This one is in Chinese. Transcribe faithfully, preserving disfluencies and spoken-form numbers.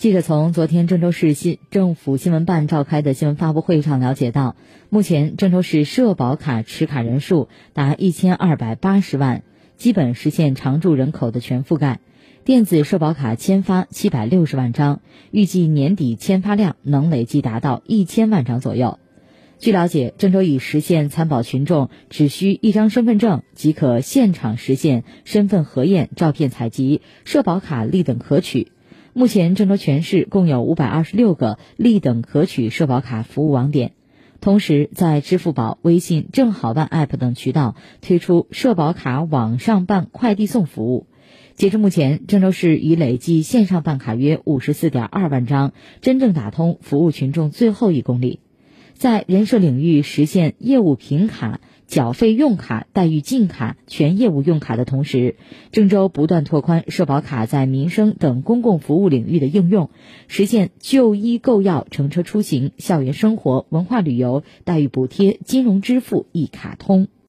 记者从昨天郑州市新政府新闻办召开的新闻发布会上了解到，目前郑州市社保卡持卡人数达一千二百八十万，基本实现常住人口的全覆盖。电子社保卡签发七百六十万张，预计年底签发量能累计达到一千万张左右。据了解，郑州已实现参保群众只需一张身份证即可现场实现身份核验、照片采集、社保卡立等可取。目前郑州全市共有五百二十六个立等可取社保卡服务网点，同时在支付宝、微信、正好办 App 等渠道推出社保卡网上办快递送服务。截至目前，郑州市已累计线上办卡约 五十四点二万张，真正打通服务群众最后一公里。在人社领域实现业务凭卡、缴费用卡、待遇进卡、全业务用卡的同时，郑州不断拓宽社保卡在民生等公共服务领域的应用，实现就医购药、乘车出行、校园生活、文化旅游、待遇补贴、金融支付一卡通。